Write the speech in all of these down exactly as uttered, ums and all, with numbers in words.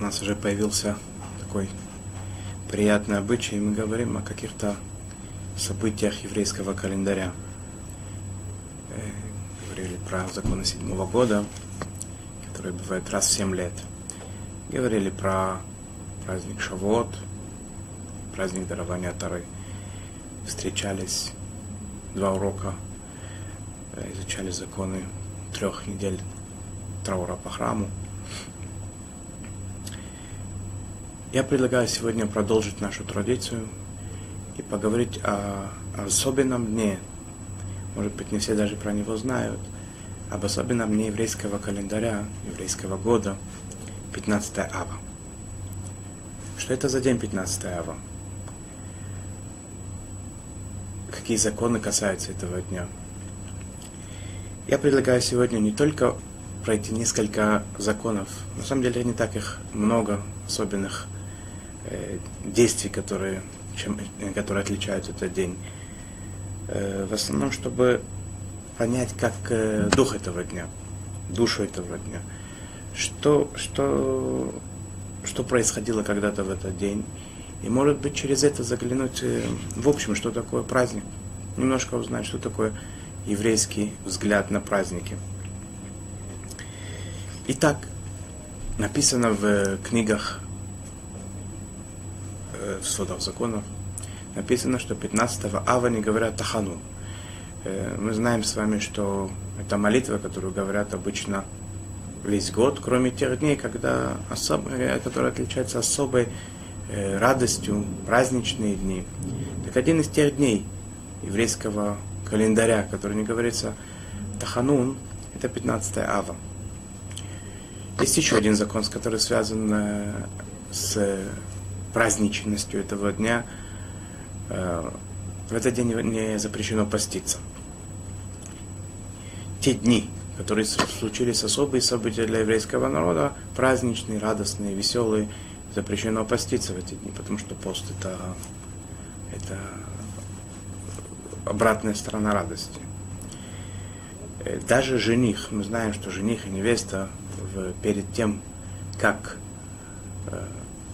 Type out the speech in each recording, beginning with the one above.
нас уже появился такой приятный обычай, и мы говорим о каких-то событиях еврейского календаря. Э, говорили про законы седьмого года, которые бывают раз в семь лет. Говорили про праздник Шавуот, праздник дарования Торы. Встречались два урока, э, изучали законы трех недель траура по храму. Я предлагаю сегодня продолжить нашу традицию и поговорить о особенном дне. Может быть, не все даже про него знают. Об особенном дне еврейского календаря, еврейского года, пятнадцатое ава. Что это за день пятнадцатое ава? Какие законы касаются этого дня? Я предлагаю сегодня не только пройти несколько законов, на самом деле не так их много особенных э, действий, которые, чем, которые отличают этот день. Э, в основном, чтобы понять, как э, дух этого дня, душу этого дня, что, что, что происходило когда-то в этот день, и, может быть, через это заглянуть э, в общем, что такое праздник, немножко узнать, что такое еврейский взгляд на праздники. Итак, написано в книгах, в сводах законов, написано, что пятнадцатого ава не говорят тахану. Мы знаем с вами, что это молитва, которую говорят обычно весь год, кроме тех дней, когда особ... которые отличаются особой радостью, праздничные дни. Так один из тех дней еврейского календаря, который не говорится таханун, это пятнадцатое ава. Есть еще один закон, который связан э, с праздничностью этого дня. Э, в этот день не запрещено поститься. Те дни, которые случились особые события для еврейского народа, праздничные, радостные, веселые, запрещено поститься в эти дни, потому что пост это, это обратная сторона радости. Даже жених, мы знаем, что жених и невеста в, перед тем, как э,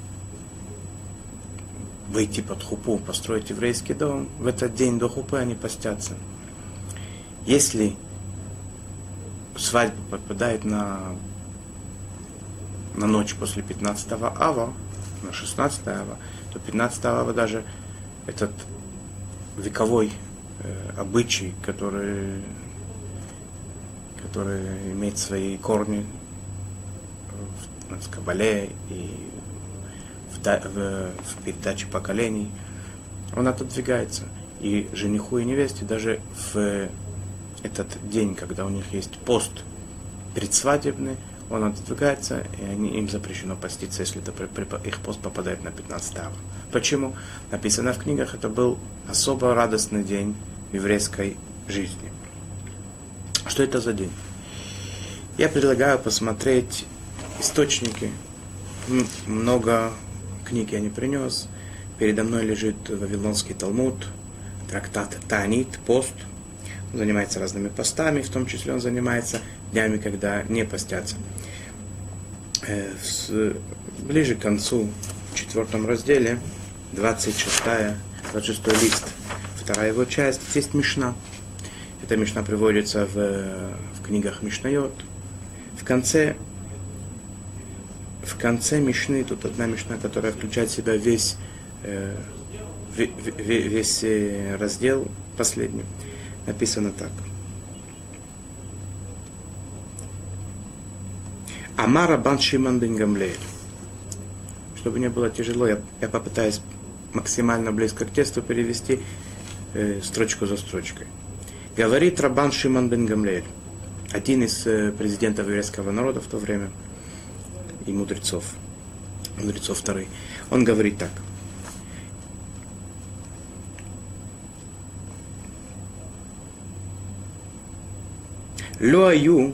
выйти под хупу, построить еврейский дом, в этот день до хупы они постятся. Если свадьба попадает на, на ночь после пятнадцатого ава, на шестнадцатое ава, то пятнадцатое ава даже этот вековой э, обычай, который который имеет свои корни в, в Кабале и в, в, в передаче поколений, он отодвигается. И жениху и невесте даже в этот день, когда у них есть пост предсвадебный, он отодвигается, и они, им запрещено поститься, если это, их пост попадает на пятнадцатое ава. Почему? Написано в книгах, это был особо радостный день в еврейской жизни. Что это за день? Я предлагаю посмотреть источники. Много книг я не принес. Передо мной лежит Вавилонский Талмуд, трактат Таанит, пост. Он занимается разными постами, в том числе он занимается днями, когда не постятся. Ближе к концу, в четвертом разделе, двадцать шестой, двадцать шестой лист, вторая его часть, есть Мишна. Эта Мишна приводится в, в книгах Мишнайот. В конце, в конце Мишны, тут одна Мишна, которая включает в себя весь, э, весь раздел последний. Написано так. Амар Рабан Шимон бен Гамлиэль. Чтобы не было тяжело, я, я попытаюсь максимально близко к тексту перевести э, строчку за строчкой. Говорит Рабан Шимон бен Гамлиэль, один из э, президентов еврейского народа в то время и мудрецов, мудрецов вторых. Он говорит так. Ло аю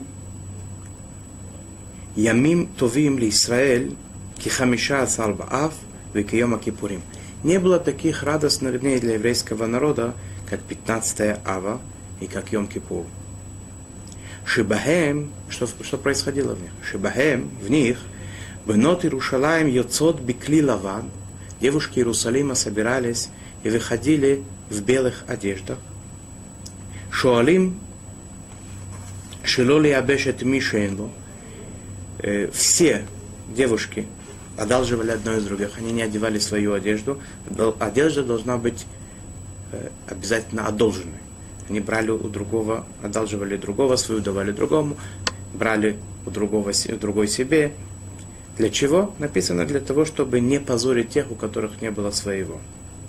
ямим товим ли Исраэль ки хамиша асар баав ве ки йом кипурим. Не было таких радостных дней для еврейского народа, как пятнадцатое ава и как Йом-Кипур. Шибахем, что, что происходило в них? Шибахем, в них, Бенот Иерушалаим йоцот бикли лаван. Девушки Иерусалима собирались и выходили в белых одеждах. Шуалим шилоли абешет мишенло. Все девушки одалживали одной из других. Они не одевали свою одежду. Одежда должна быть обязательно одолженной. Они брали у другого, одалживали другого, свою давали другому, брали у другого, у другой себе. Для чего? Написано для того, чтобы не позорить тех, у которых не было своего.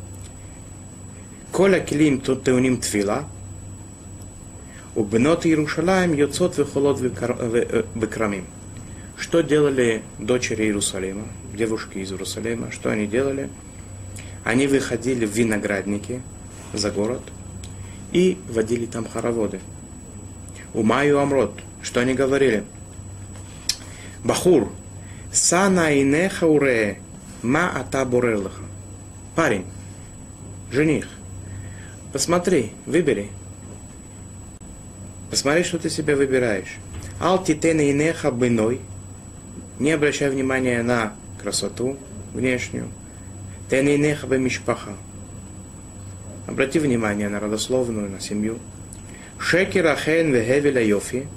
Коля килим тут теуним твила, у бенот Иерушалаим йоцот вехолот бекрамим. Что делали дочери Иерусалима, девушки из Иерусалима? Что они делали? Они выходили в виноградники за город и водили там хороводы. Умаю амрот. Что они говорили? Бахур. Сана инеха уре, ма ата бурелаха. Парень, жених, посмотри, выбери. Посмотри, что ты себе выбираешь. Ал титена инеха быной. Не обращай внимания на красоту внешнюю. Тена инеха бемишпаха. Обрати внимание на родословную, на семью. Шекер ахен вехевеля йофи.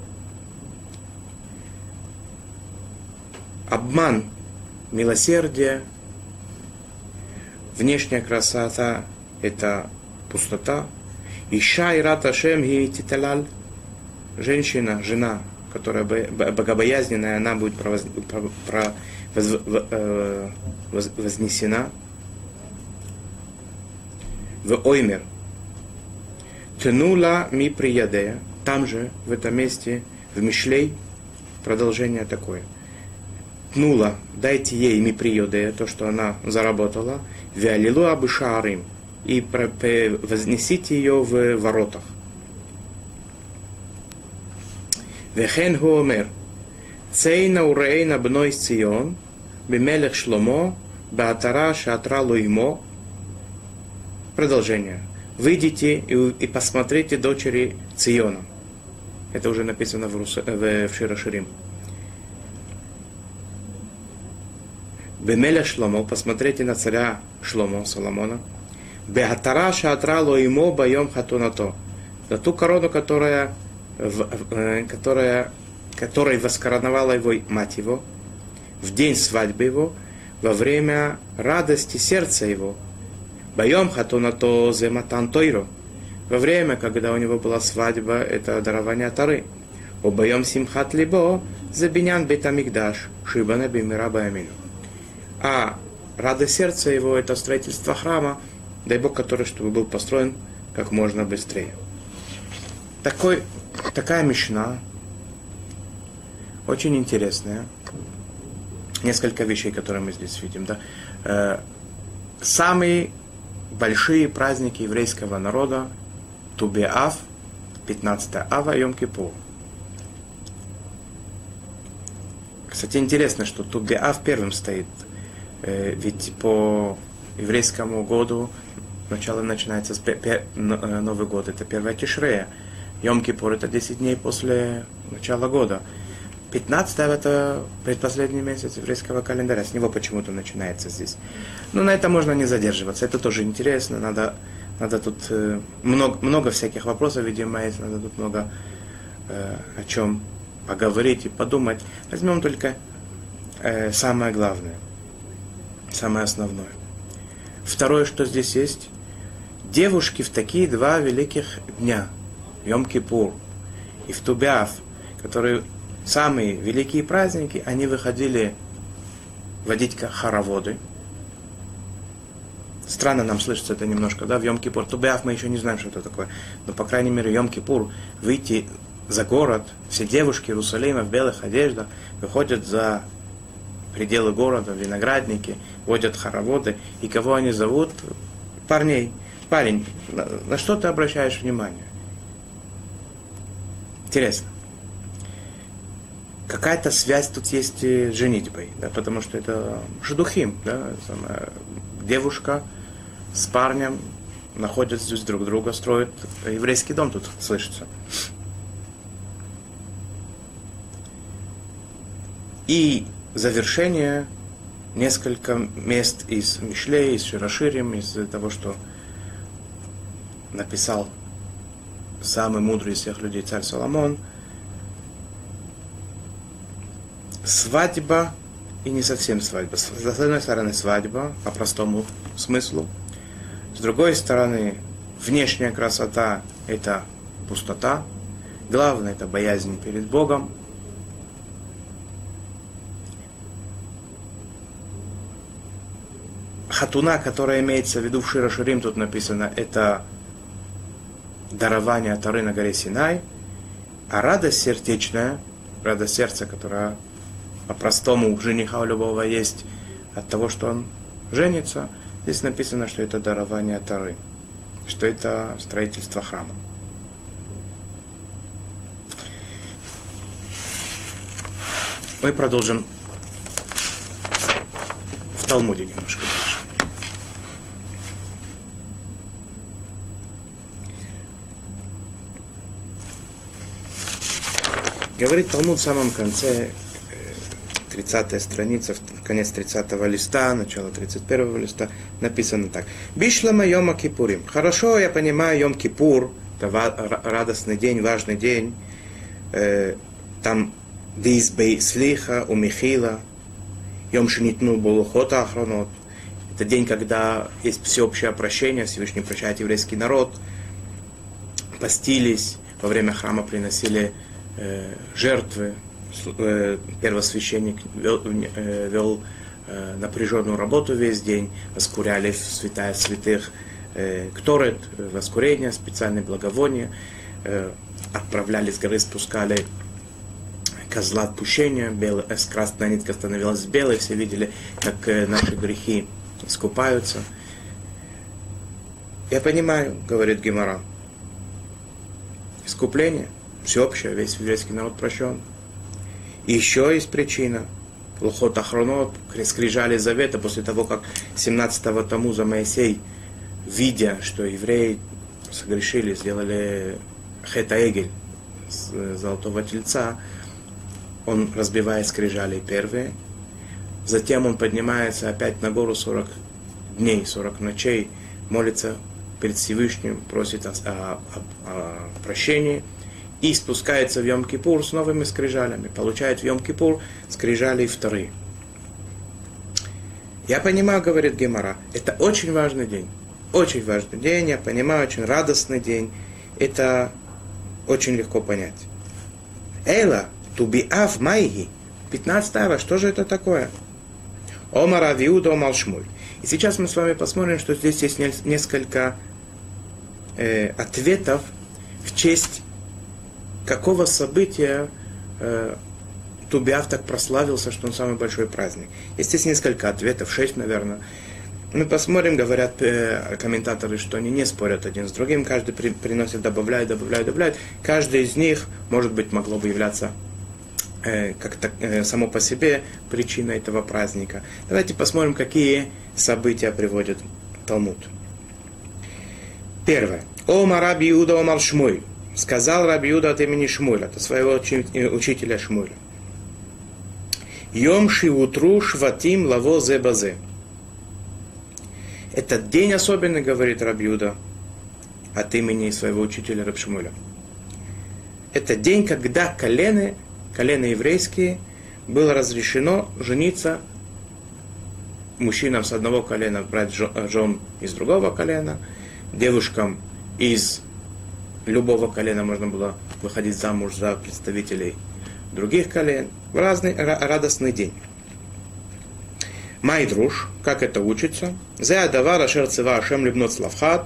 Обман, милосердие, внешняя красота – это пустота. Иша ират Ашем ги титалаль. Женщина, жена, которая богобоязненная, она будет провоз, про, про, воз, воз, вознесена в оймер. Тянула ми приядея. Там же, в этом месте, в Мишлей, продолжение такое. Тнула, дайте ей ми приёдея, то, что она заработала, вялилу абышарим, и вознесите ее в воротах. Вехен хуомер, цейна урейна бной Цион, бемелех шломо, баатара шатра луимо. Продолжение. Выйдите и, и посмотрите дочери Циона. Это уже написано в, Рус... в, в Широширим. Бемеля Шломо, посмотрите на царя Шломо, Соломона. Беатара шатра лоимо байом хатунато. За ту корону, которая, которая, которой воскороновала его мать его, в день свадьбы его, во время радости сердца его. Байом хатунато зематан тойро. Во время, когда у него была свадьба, это дарование Торы. О байом симхат либо забинян бетамикдаш, шибана бимира баамину. А радость сердца его – это строительство храма, дай Бог, который чтобы был построен как можно быстрее. Такой, такая мишна, очень интересная. Несколько вещей, которые мы здесь видим. Да? Э, самые большие праздники еврейского народа – Ту-Бе-Ав, пятнадцатое Ава, Йом-Кипур. Кстати, интересно, что Ту-Бе-Ав первым стоит. Ведь по еврейскому году начало начинается с пе- Новый год, это первое Тишрея. Йом-Кипур это десять дней после начала года. пятнадцатое это предпоследний месяц еврейского календаря, с него почему-то начинается здесь. Но на это можно не задерживаться, это тоже интересно, надо, надо тут э, много, много всяких вопросов, видимо, есть, надо тут много э, о чем поговорить и подумать. Возьмем только э, самое главное. Самое основное. Второе, что здесь есть, девушки в такие два великих дня, Йом-Кипур и в Ту-Бе-Ав, которые самые великие праздники, они выходили водить хороводы. Странно нам слышится это немножко, да, в Йом-Кипур. Ту-Бе-Ав мы еще не знаем, что это такое. Но, по крайней мере, Йом-Кипур, выйти за город, все девушки Иерусалима в белых одеждах выходят за пределы города, виноградники, водят хороводы. И кого они зовут? Парней. Парень, на, на что ты обращаешь внимание? Интересно. Какая-то связь тут есть с женитьбой, да, потому что это шедухим, да, самая девушка с парнем находят здесь друг друга, строят еврейский дом, тут слышится. И завершение несколько мест из Мишлей, из Широширим, из того, что написал самый мудрый из всех людей царь Соломон. Свадьба и не совсем свадьба. С одной стороны свадьба, по простому смыслу. С другой стороны, внешняя красота – это пустота. Главное – это боязнь перед Богом. Хатуна, которая имеется в виду в Шир ха-Ширим, тут написано, это дарование Торы на горе Синай, а радость сердечная, радость сердца, которая по-простому у жениха у любого есть от того, что он женится, здесь написано, что это дарование Торы, что это строительство храма. Мы продолжим в Талмуде немножко дальше. Говорит Талмуд в самом конце, тридцатая страница, конец тридцатого листа, начало тридцать первого листа, написано так. Бишлама Йома Кипурим. Хорошо, я понимаю, Йом Кипур, это радостный день, важный день. Э, там Дизбей Слиха, Умихила, Йом Шинитну Булухота Ахронот. Это день, когда есть всеобщее прощение, Всевышний прощает еврейский народ. Постились, во время храма приносили э, жертвы. Э, первосвященник вел, э, вел э, напряженную работу весь день, воскуряли в святая святых э, кторет, воскурение, специальные благовония, э, отправляли с горы, спускали козла отпущения, белый, э, красная нитка становилась белой, все видели, как э, наши грехи искупаются. Я понимаю, говорит Гемара, искупление всеобщее, весь еврейский народ прощен. И еще есть причина. Лухот Ахронот, скрижали завета, после того, как семнадцатого Тамуза Моисей, видя, что евреи согрешили, сделали хета-эгель, золотого тельца, он разбивает скрижали первые, затем он поднимается опять на гору сорок дней, сорок ночей, молится перед Всевышним, просит о, о, о прощении, и спускается в Йом-Кипур с новыми скрижалями. Получает в Йом-Кипур скрижали вторые. Я понимаю, говорит Гемара, это очень важный день. Очень важный день, я понимаю, очень радостный день. Это очень легко понять. Эйла, тубиав майги. пятнадцатая ава, что же это такое? Омар Авиуда Омар Шмуль. И сейчас мы с вами посмотрим, что здесь есть несколько э, ответов в честь какого события э, Тубиав так прославился, что он самый большой праздник. Есть здесь несколько ответов, шесть, наверное. Мы посмотрим, говорят э, комментаторы, что они не спорят один с другим, каждый при, приносит, добавляет, добавляет, добавляет. Каждый из них, может быть, могло бы являться э, как-то э, само по себе причиной этого праздника. Давайте посмотрим, какие события приводит Талмуд. Первое. Омар Раби Иуда Омар Шмуль. Сказал Раби Иуда от имени Шмуэля, от своего учителя Шмуэля. Йом шиутру шватим лаво зе базе. Этот день особенный, говорит Раби Иуда, от имени своего учителя Раб Шмуэля. Это день, когда колены, колены еврейские, было разрешено жениться мужчинам с одного колена, брать жен из другого колена, девушкам из любого колена можно было выходить замуж за представителей других колен. В разный радостный день. Майдруш, как это учится? Зе адавар ашер цива Ашем либнот славхат.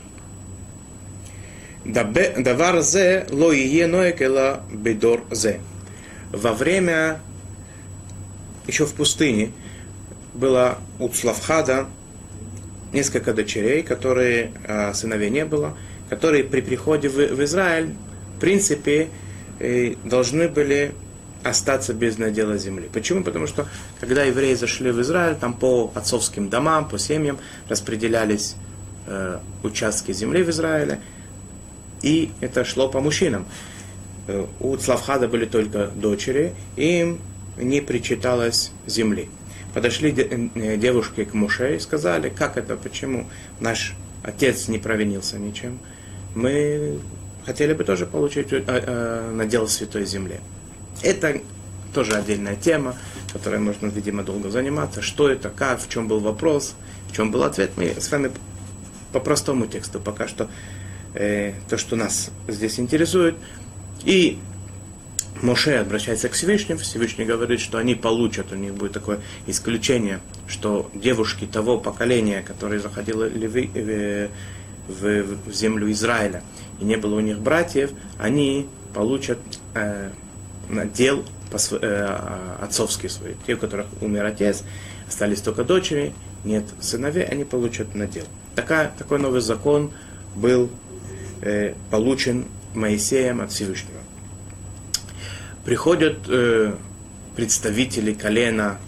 Давар зе ло ие ноек эла бедор зе. Во время, еще в пустыне, было у Цлавхада несколько дочерей, которые, а, сыновей не было, которые при приходе в, в Израиль, в принципе, э, должны были остаться без надела земли. Почему? Потому что, когда евреи зашли в Израиль, там по отцовским домам, по семьям распределялись э, участки земли в Израиле, и это шло по мужчинам. Э, у Цлавхада были только дочери, и им не причиталось земли. Подошли девушки к Моше и сказали, как это, почему наш отец не провинился ничем. Мы хотели бы тоже получить надел святой земле. Это тоже отдельная тема, которой можно, видимо, долго заниматься. Что это, как, в чем был вопрос, в чем был ответ. Мы с вами по простому тексту пока что э, то, что нас здесь интересует. И Моше обращается к Всевышнему, Всевышний говорит, что они получат, у них будет такое исключение, что девушки того поколения, которые заходили в, в, в землю Израиля, и не было у них братьев, они получат э, надел э, отцовский свой. Те, у которых умер отец, остались только дочери, нет сыновей, они получат надел. Такая, такой новый закон был э, получен Моисеем от Всевышнего. Приходят э, представители колена,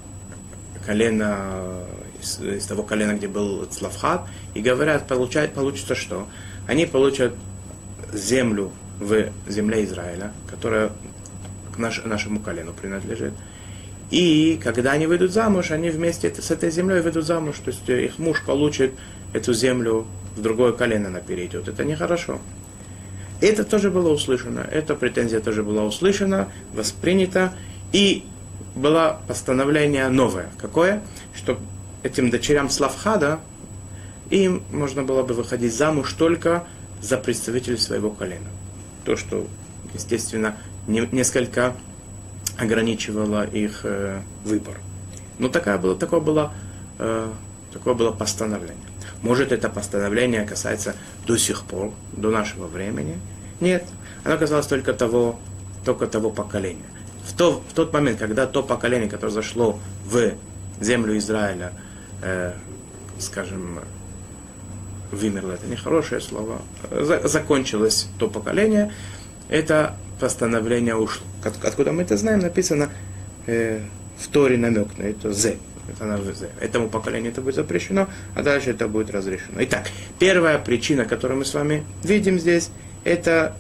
колена из, из того колена, где был Цлавхад, и говорят, получать, получится что? Они получат землю в земле Израиля, которая к наш, нашему колену принадлежит. И когда они выйдут замуж, они вместе с этой землей выйдут замуж, то есть их муж получит эту землю, в другое колено она перейдет. Это нехорошо. Это тоже было услышано, эта претензия тоже была услышана, воспринята, и было постановление новое. Какое? Что этим дочерям Славхада, им можно было бы выходить замуж только за представителей своего колена. То, что, естественно, не, несколько ограничивало их э, выбор. Но такое было, такое было, э, такое было постановление. Может, это постановление касается до сих пор, до нашего времени? Нет. Оно касалось только того, только того поколения. В, то, в тот момент, когда то поколение, которое зашло в землю Израиля, э, скажем, вымерло, это нехорошее слово, за, закончилось то поколение, это постановление ушло. От, откуда мы это знаем? Написано э, в Торе намек на это «зе». Этому поколению это будет запрещено, а дальше это будет разрешено. Итак, первая причина, которую мы с вами видим здесь, это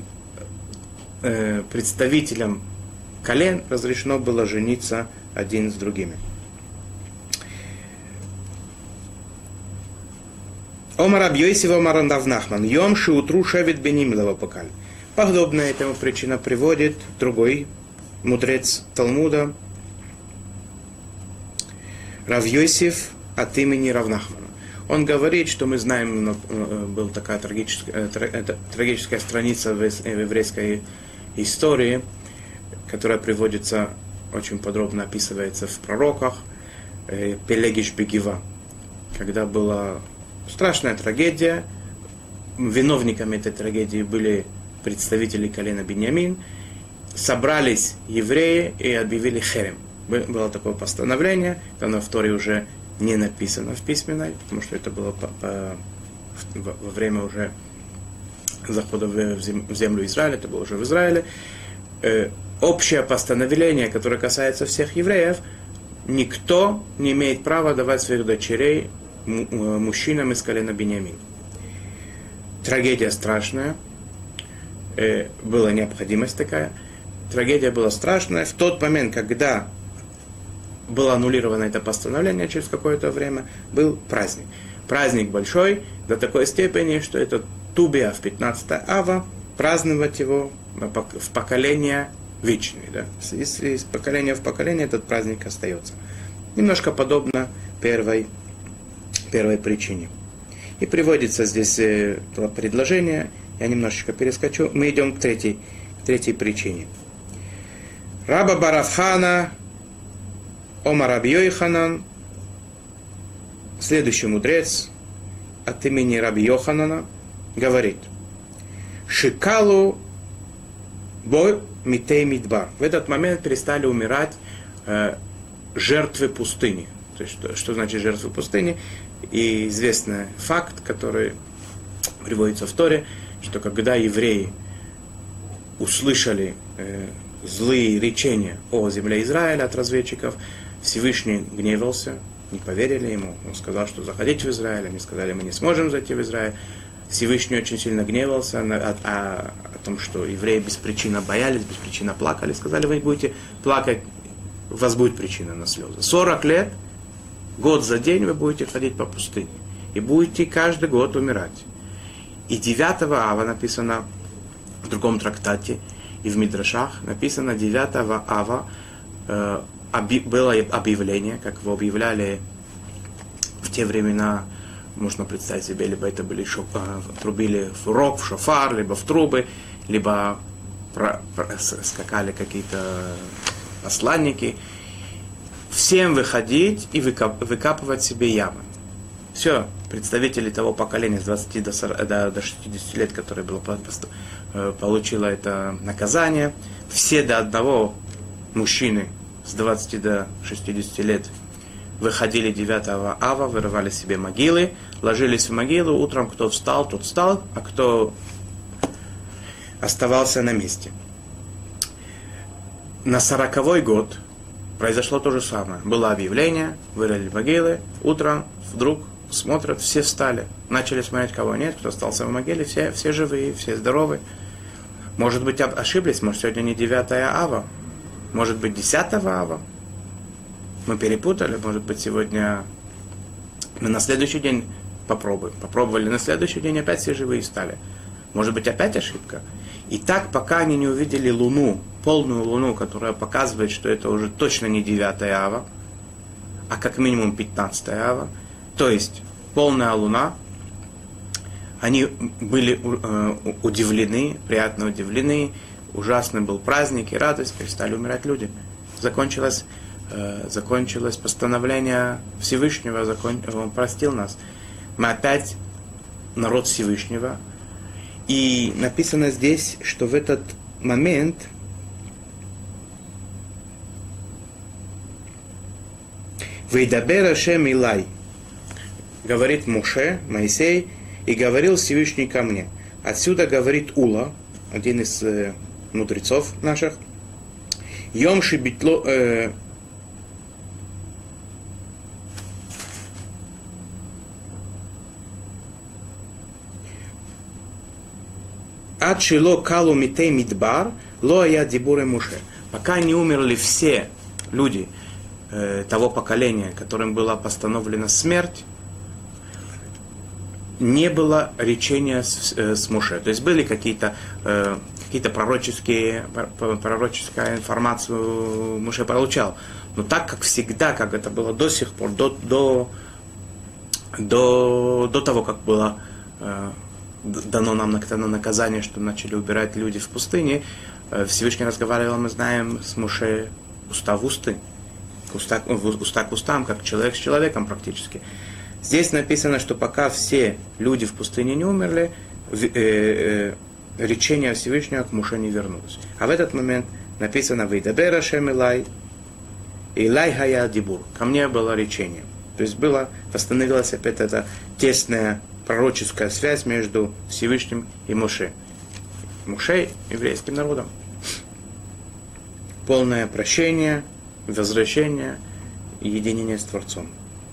э, представителям колен разрешено было жениться один с другими. Омар Рабби Йосеф Омар Рав Нахман Йом шеутру шевет беним лавапакаль. Подобно этому причина приводит другой мудрец Талмуда, Рав Йосеф от имени Рав Нахмана. Он говорит, что мы знаем, была такая трагическая, трагическая страница в еврейской истории, которая приводится, очень подробно описывается в пророках, Пелегиш Бегива, когда была страшная трагедия. Виновниками этой трагедии были представители колена Биньямин. Собрались евреи и объявили херем. Было такое постановление, оно в Торе уже не написано в письменной, потому что это было по, по, во время уже захода в землю Израиля, это было уже в Израиле. Э, общее постановление, которое касается всех евреев, никто не имеет права давать своих дочерей мужчинам из колена Биньямин. Трагедия страшная, э, была необходимость такая. Трагедия была страшная. В тот момент, когда было аннулировано это постановление, через какое-то время был праздник. Праздник большой до такой степени, что это Тубия в пятнадцатое ава, праздновать его в поколение вечное. Да? Из, из поколения в поколение этот праздник остается. Немножко подобно первой, первой причине. И приводится здесь предложение, я немножечко перескочу, мы идем к третьей, к третьей причине. Раба Баравхана Омар Рабби Йоханан, следующий мудрец от имени Раби Йоханана, говорит: Шикалу бой митей мидбар. В этот момент перестали умирать э, жертвы пустыни. То есть, что, что значит жертвы пустыни? И известный факт, который приводится в Торе, что когда евреи услышали э, злые речения о земле Израиля от разведчиков, Всевышний гневался, не поверили ему. Он сказал, что заходите в Израиль. Они сказали, мы не сможем зайти в Израиль. Всевышний очень сильно гневался на, о, о, о том, что евреи без причины боялись, без причины плакали. Сказали, вы будете плакать у вас будет причина на слезы. сорок лет, год за день вы будете ходить по пустыне. И будете каждый год умирать. И девятого ава написано в другом трактате, и в Мидрашах написано девятого ава э, оби, было объявление, как его объявляли в те времена, можно представить себе, либо это были шо, э, трубили в рог, в шофар, либо в трубы, либо про, про, скакали какие-то посланники. Всем выходить и выкап, выкапывать себе ямы. Все, представители того поколения с двадцати до, сорока, до, до шестидесяти лет, которое было, получило это наказание, все до одного мужчины с двадцати до шестидесяти лет выходили девятого ава, вырывали себе могилы, ложились в могилу, утром кто встал, тот встал, а кто оставался на месте. На сороковой год произошло то же самое. Было объявление, вырыли могилы, утром вдруг смотрят, все встали, начали смотреть, кого нет, кто остался в могиле, все, все живые, все здоровы. Может быть, ошиблись, может, сегодня не девятое ава, может быть, десятого ава. Мы перепутали, может быть, сегодня мы на следующий день попробуем. Попробовали на следующий день, опять все живые стали. Может быть, опять ошибка. И так, пока они не увидели луну, полную луну, которая показывает, что это уже точно не девятое ава, а как минимум пятнадцатое ава, то есть полная луна, они были э, удивлены, приятно удивлены, ужасный был праздник и радость, перестали умирать люди. Закончилось, э, закончилось постановление Всевышнего, закон, он простил нас. Мы опять народ Всевышнего. И написано здесь, что в этот момент «Вейдабер Ашем Илай», говорит Моше, Моисей, и говорил Всевышний ко мне. Отсюда говорит Ула, один из э, мудрецов наших, Йом Шибитло, э, Ад шило калу митей мидбар, ло я дибуре Моше. Пока не умерли все люди э, того поколения, которым была постановлена смерть, не было речения с, э, с Моше. То есть были какие-то, э, какие-то пророческие, пророческая информация Моше получал. Но так, как всегда, как это было до сих пор, до, до, до, до того, как было э, дано нам на наказание, что начали убирать люди в пустыне, э, Всевышний разговаривал, мы знаем, с Моше уста в усты, уста, уста к устам, как человек с человеком практически. Здесь написано, что пока все люди в пустыне не умерли, э, э, речение Всевышнего к Моше не вернулось. А в этот момент написано «Вейдабер Ашем Илай, Илай хая дибур». Ко мне было речение. То есть было, восстановилась опять эта тесная пророческая связь между Всевышним и Моше. Моше – еврейским народом. Полное прощение, возвращение и единение с Творцом.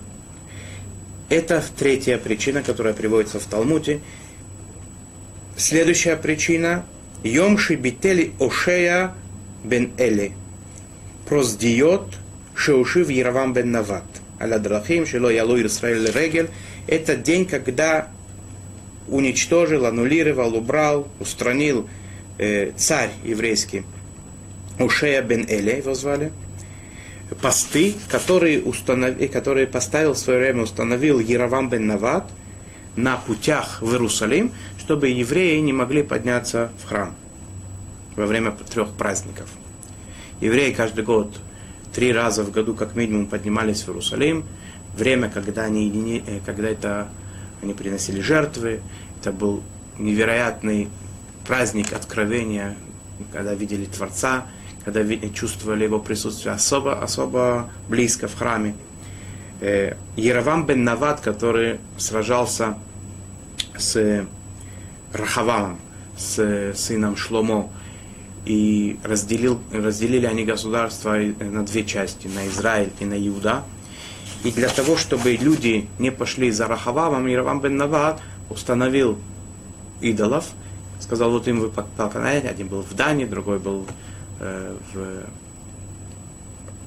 Это третья причина, которая приводится в Талмуде. Следующая причина – Йом шибители Ошея бен Эли. Проздиот шеушив Яровам бен Нават. Аля драхим шело ялу Исраэль регель. Это день, когда уничтожил, аннулировал, убрал, устранил э, царь еврейский Ошея бен Эли, его звали. Посты, которые, установ... которые поставил в свое время, установил Яровам бен Нават на путях в Иерусалим, чтобы евреи не могли подняться в храм во время трех праздников. Евреи каждый год, три раза в году как минимум поднимались в Иерусалим, время, когда они, когда это, они приносили жертвы, это был невероятный праздник откровения, когда видели Творца, когда чувствовали его присутствие особо, особо близко в храме. Яровам бен Нават, который сражался с Рахавамом, с сыном Шломо, и разделил, разделили они государство на две части, на Израиль и на Иуда. И для того, чтобы люди не пошли за Рахавамом, Яровам бен Нават установил идолов, сказал, вот им вы поклоняетесь, один был в Дане, другой был в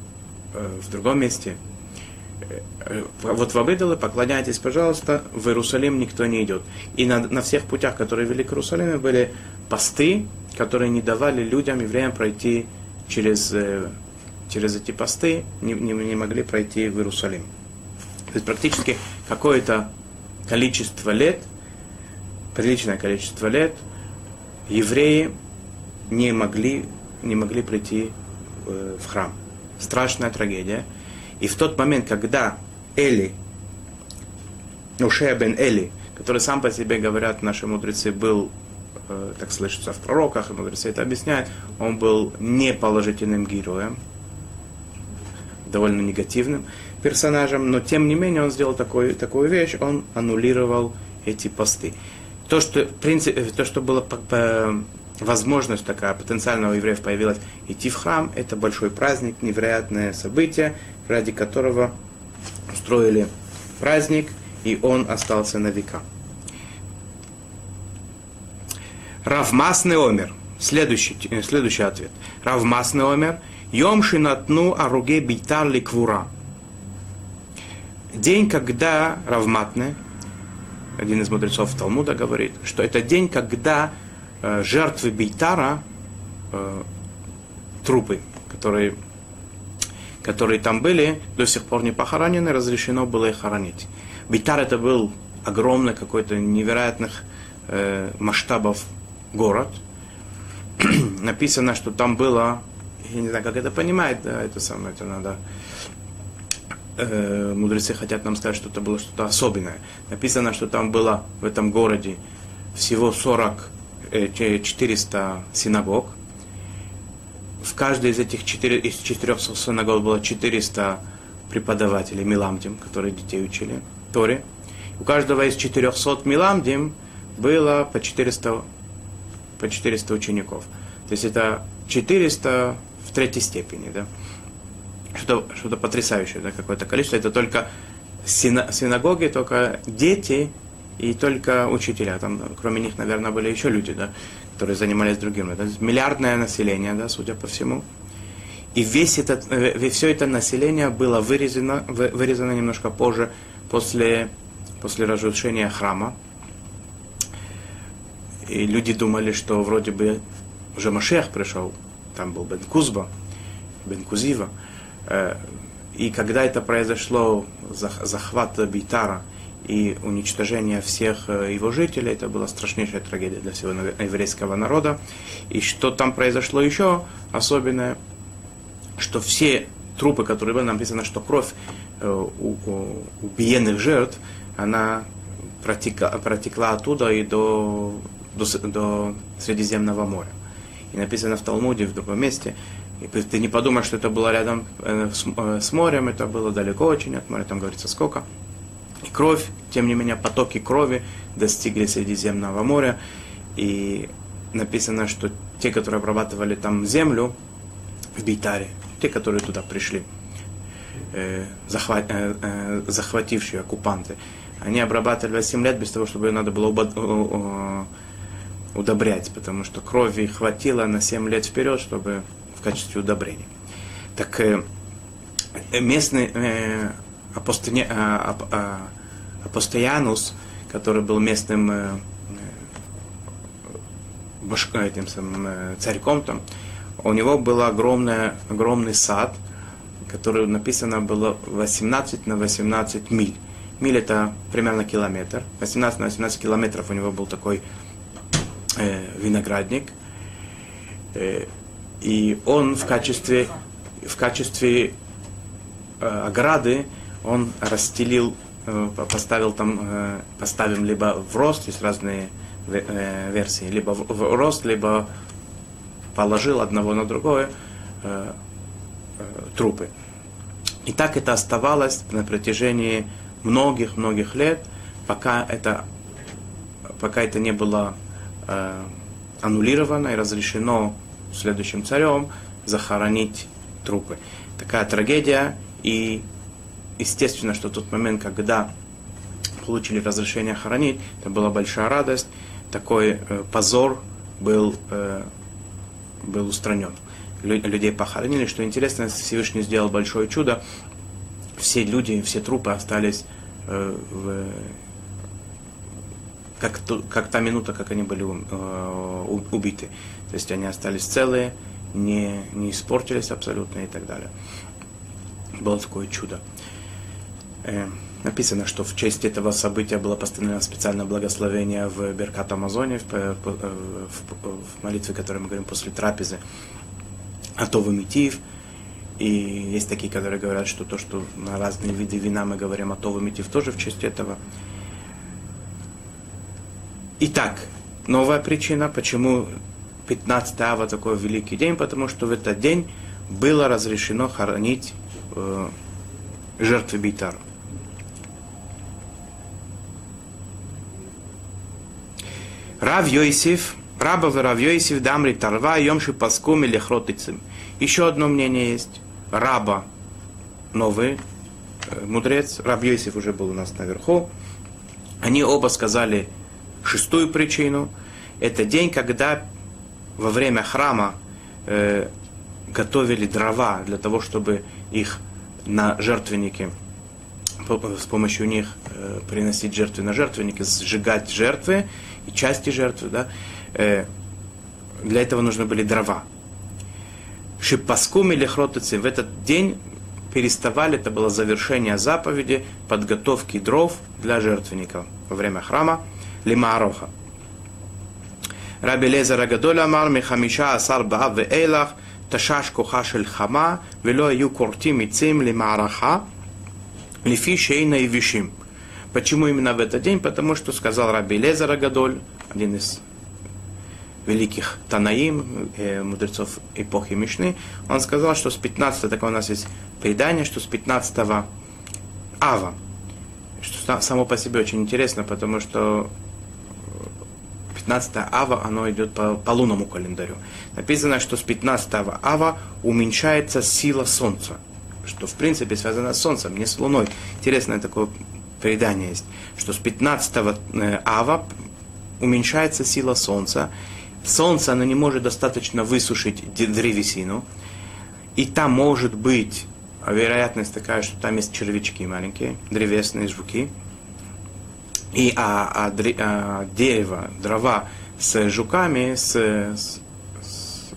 э, в другом месте, э, вот в идолы поклоняйтесь, пожалуйста, в Иерусалим никто не идет. И на, на всех путях, которые вели к Иерусалиму, были посты, которые не давали людям, евреям пройти через, э, через эти посты, не, не, не могли пройти в Иерусалим. То есть практически какое-то количество лет, приличное количество лет, евреи не могли, не могли прийти э, в храм. Страшная трагедия. И в тот момент, когда Эли, Ушея бен Эли, который сам по себе, говорят наши мудрецы, был, э, так слышится в пророках, и мудрецы это объясняют, он был неположительным героем, довольно негативным персонажем, но тем не менее он сделал такой, такую вещь, он аннулировал эти посты. То, что, в принципе, то, что было по, по, возможность такая потенциально у евреев появилась идти в храм, это большой праздник, невероятное событие, ради которого устроили праздник, и он остался на века. Рав Масный Омер. Следующий, следующий ответ. Рав Масный Омер. Йом шинатну аруге бейтар ликвура. День, когда Рав Матне, один из мудрецов Талмуда, говорит, что это день, когда э, жертвы Бейтара, э, трупы, которые, которые там были, до сих пор не похоронены, разрешено было их хоронить. Бейтар это был огромный, какой-то невероятных э, масштабов город. Написано, что там было, я не знаю, как это понимать, да, это самое, это надо... Мудрецы хотят нам сказать, что это было что-то особенное. Написано, что там было в этом городе всего сорок, четыреста синагог. В каждой из этих четыре, из четырехсот синагог было четыреста преподавателей миламдим, которые детей учили Торе. У каждого из четырехсот миламдим было по четыреста, по четыреста учеников. То есть это четыреста в третьей степени, да? Что-то, что-то потрясающее, да, какое-то количество. Это только сина, синагоги, только дети и только учителя. Там, кроме них, наверное, были еще люди, да, которые занимались другим. Это миллиардное население, да, судя по всему. И весь этот, все это население было вырезано, вырезано немножко позже, после, после разрушения храма. И люди думали, что вроде бы уже Машиах пришел. Там был Бен Кузба, Бен Кузива. И когда это произошло, захват Бейтара и уничтожение всех его жителей, это была страшнейшая трагедия для всего еврейского народа. И что там произошло еще особенное, что все трупы, которые были, написано, что кровь у убиенных жертв, она протекла, протекла оттуда и до, до, до Средиземного моря. И написано в Талмуде, в другом месте, и ты не подумаешь, что это было рядом с, с морем, это было далеко очень от моря, там говорится сколько. И кровь, тем не менее, потоки крови достигли Средиземного моря. И написано, что те, которые обрабатывали там землю в Бейтаре, те, которые туда пришли, э, захват, э, э, захватившие оккупанты, они обрабатывали семь лет без того, чтобы ее надо было убод, э, удобрять, потому что крови хватило на семь лет вперед, чтобы в качестве удобрения. Так э, местный э, апостони, э, э, апостоянус, который был местным э, башк, этим самым, э, царьком там, у него был огромный, огромный сад, который написано было восемнадцать на восемнадцать миль. Миль это примерно километр. восемнадцать на восемнадцать километров у него был такой э, виноградник. Э, И он в качестве, в качестве э, ограды он расстелил, э, поставил там, э, поставим либо в рост, есть разные э, версии, либо в, в рост, либо положил одного на другое э, э, трупы. И так это оставалось на протяжении многих-многих лет, пока это, пока это не было э, аннулировано и разрешено следующим царем захоронить трупы. Такая трагедия, и естественно, что в тот момент, когда получили разрешение хоронить, это была большая радость, такой э, позор был, э, был устранен. людей похоронили. Что интересно, Всевышний сделал большое чудо. Все люди, все трупы остались э, в, как, ту, как та минута, как они были э, убиты. То есть они остались целые, не, не испортились абсолютно и так далее. Было такое чудо. Э, написано, что в честь этого события было постановлено специальное благословение в Беркат Амазоне, в, в, в, в молитве, которую мы говорим после трапезы, Атов Митив. И есть такие, которые говорят, что то, что на разные виды вина мы говорим Атов Митив, тоже в честь этого. Итак, новая причина, почему пятнадцатое ава такой великий день, потому что в этот день было разрешено хоронить э, жертвы Бейтар. Рав Йосиф, Раба Рав Йосиф Дамри Тарва, Йомши Паскум или Хротицим. Еще одно мнение есть. Раба, новый э, мудрец, Рав Йосиф уже был у нас наверху. Они оба сказали шестую причину. Это день, когда во время храма э, готовили дрова для того, чтобы их на жертвенники, с помощью них э, приносить жертвы на жертвенники, сжигать жертвы и части жертвы, да, э, для этого нужны были дрова. Шипаскум или хротыцы в этот день переставали, это было завершение заповеди подготовки дров для жертвенников во время храма Лимаароха. Раби Лезер Агадоль Амар Михамиша Асар Баав Веэлах Ташаш Коха Шель Хама Вело Ю Кортим Ицим Лимаараха Лифи Шейна и Вишим. Почему именно в этот день? Потому что сказал Раби Лезер Агадоль, один из великих Танаим, э, мудрецов эпохи Мишны, он сказал, что с пятнадцатого, такое у нас есть предание, что с пятнадцатого ава, что само по себе очень интересно, потому что пятнадцатое ава, оно идет по, по лунному календарю. Написано, что с пятнадцатого ава уменьшается сила солнца, что в принципе связано с солнцем, не с луной. Интересное такое предание есть, что с пятнадцатого ава уменьшается сила солнца. Солнце, оно не может достаточно высушить древесину, и там может быть вероятность такая, что там есть червячки маленькие, древесные жуки, и а, а, а дерево, дрова с жуками, с, с, с,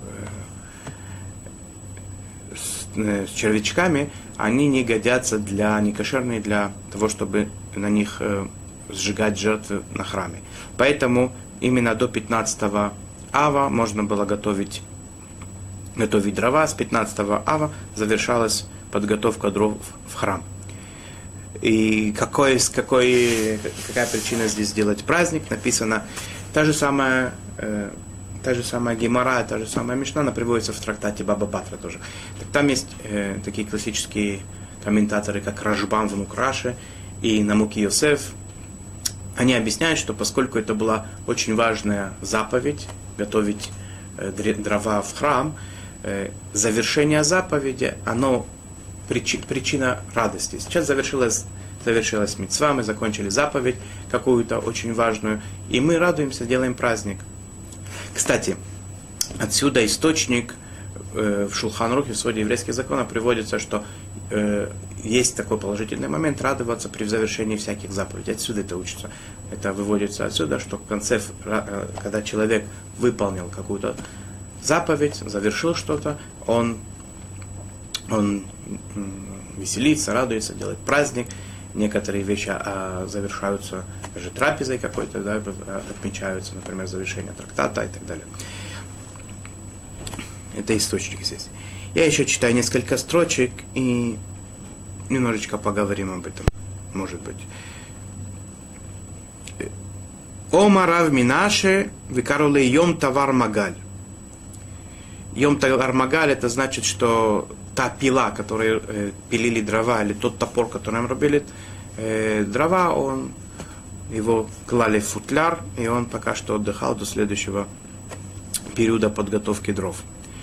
с, с червячками, они не годятся для, не кошерные для того, чтобы на них э, сжигать жертвы на храме. Поэтому именно до пятнадцатого ава можно было готовить, готовить дрова. С пятнадцатого ава завершалась подготовка дров в храм. И какой, какой, какая причина здесь сделать праздник? Написано та же самая, э, та же самая Гемара, та же самая Мишна, она приводится в трактате Баба Батра тоже. Так, там есть э, такие классические комментаторы, как Рашбам внук Раши и Намуки Йосеф. Они объясняют, что поскольку это была очень важная заповедь, готовить э, дрова в храм, э, завершение заповеди, оно причи, причина радости. Сейчас завершилась, завершилась мицва, мы закончили заповедь какую-то очень важную, и мы радуемся, делаем праздник. Кстати, отсюда источник э, в Шулхан-Рухе, в своде еврейских законов приводится, что э, есть такой положительный момент радоваться при завершении всяких заповедей. Отсюда это учится. Это выводится отсюда, что в конце, когда человек выполнил какую-то заповедь, завершил что-то, он, он веселится, радуется, делает праздник. Некоторые вещи а, завершаются даже трапезой какой-то, да, отмечаются, например, завершение трактата и так далее. Это источник здесь. Я еще читаю несколько строчек и немножечко поговорим об этом, может быть. Ома Рав Минаше викароле Йом Тавар Магаль. Йом Тавар Магаль, это значит, что та пила, которой э, пилили дрова, или тот топор, которым рубили э, дрова, он, его клали в футляр, и он пока что отдыхал до следующего периода подготовки дров.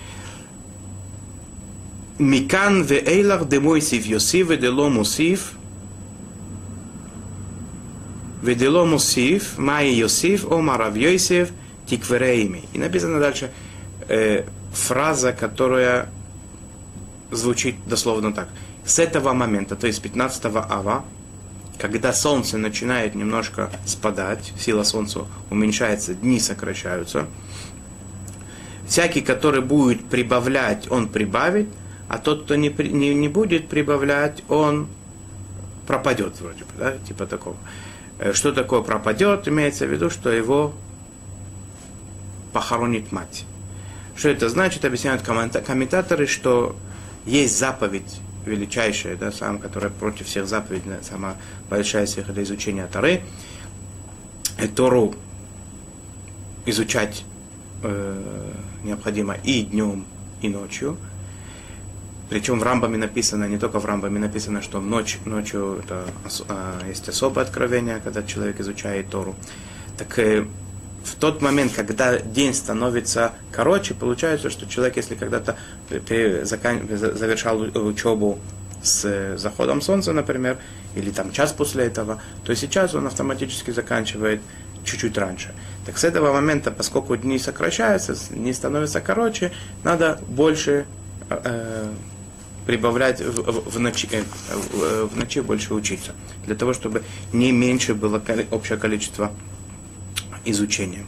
Микан ве эйлах де мойсив Йосиф ве дело мусив ве дело мусив май Йосиф омар Рав Йосиф тиквереими. И написано дальше, э, фраза, которая звучит дословно так. С этого момента, то есть пятнадцатого ава, когда солнце начинает немножко спадать, сила солнца уменьшается, дни сокращаются, всякий, который будет прибавлять, он прибавит, а тот, кто не, не, не будет прибавлять, он пропадет, вроде бы, да, типа такого. Что такое пропадет? Имеется в виду, что его похоронит мать. Что это значит? Объясняют комментаторы, что есть заповедь величайшая, да, сам, которая против всех заповедей, да, самая большая из всех, это изучение Торы. Тору изучать э, необходимо и днем, и ночью. Причем в Рамбаме написано, не только в Рамбаме написано, что ночь, ночью это, э, есть особое откровение, когда человек изучает Тору. Так э, в тот момент, когда день становится короче, получается, что человек, если когда-то завершал учебу с заходом солнца, например, или там час после этого, то сейчас он автоматически заканчивает чуть-чуть раньше. Так с этого момента, поскольку дни сокращаются, дни становятся короче, надо больше э, прибавлять в, в, в, ночи, э, в, в ночи больше учиться, для того, чтобы не меньше было общее количество изучения.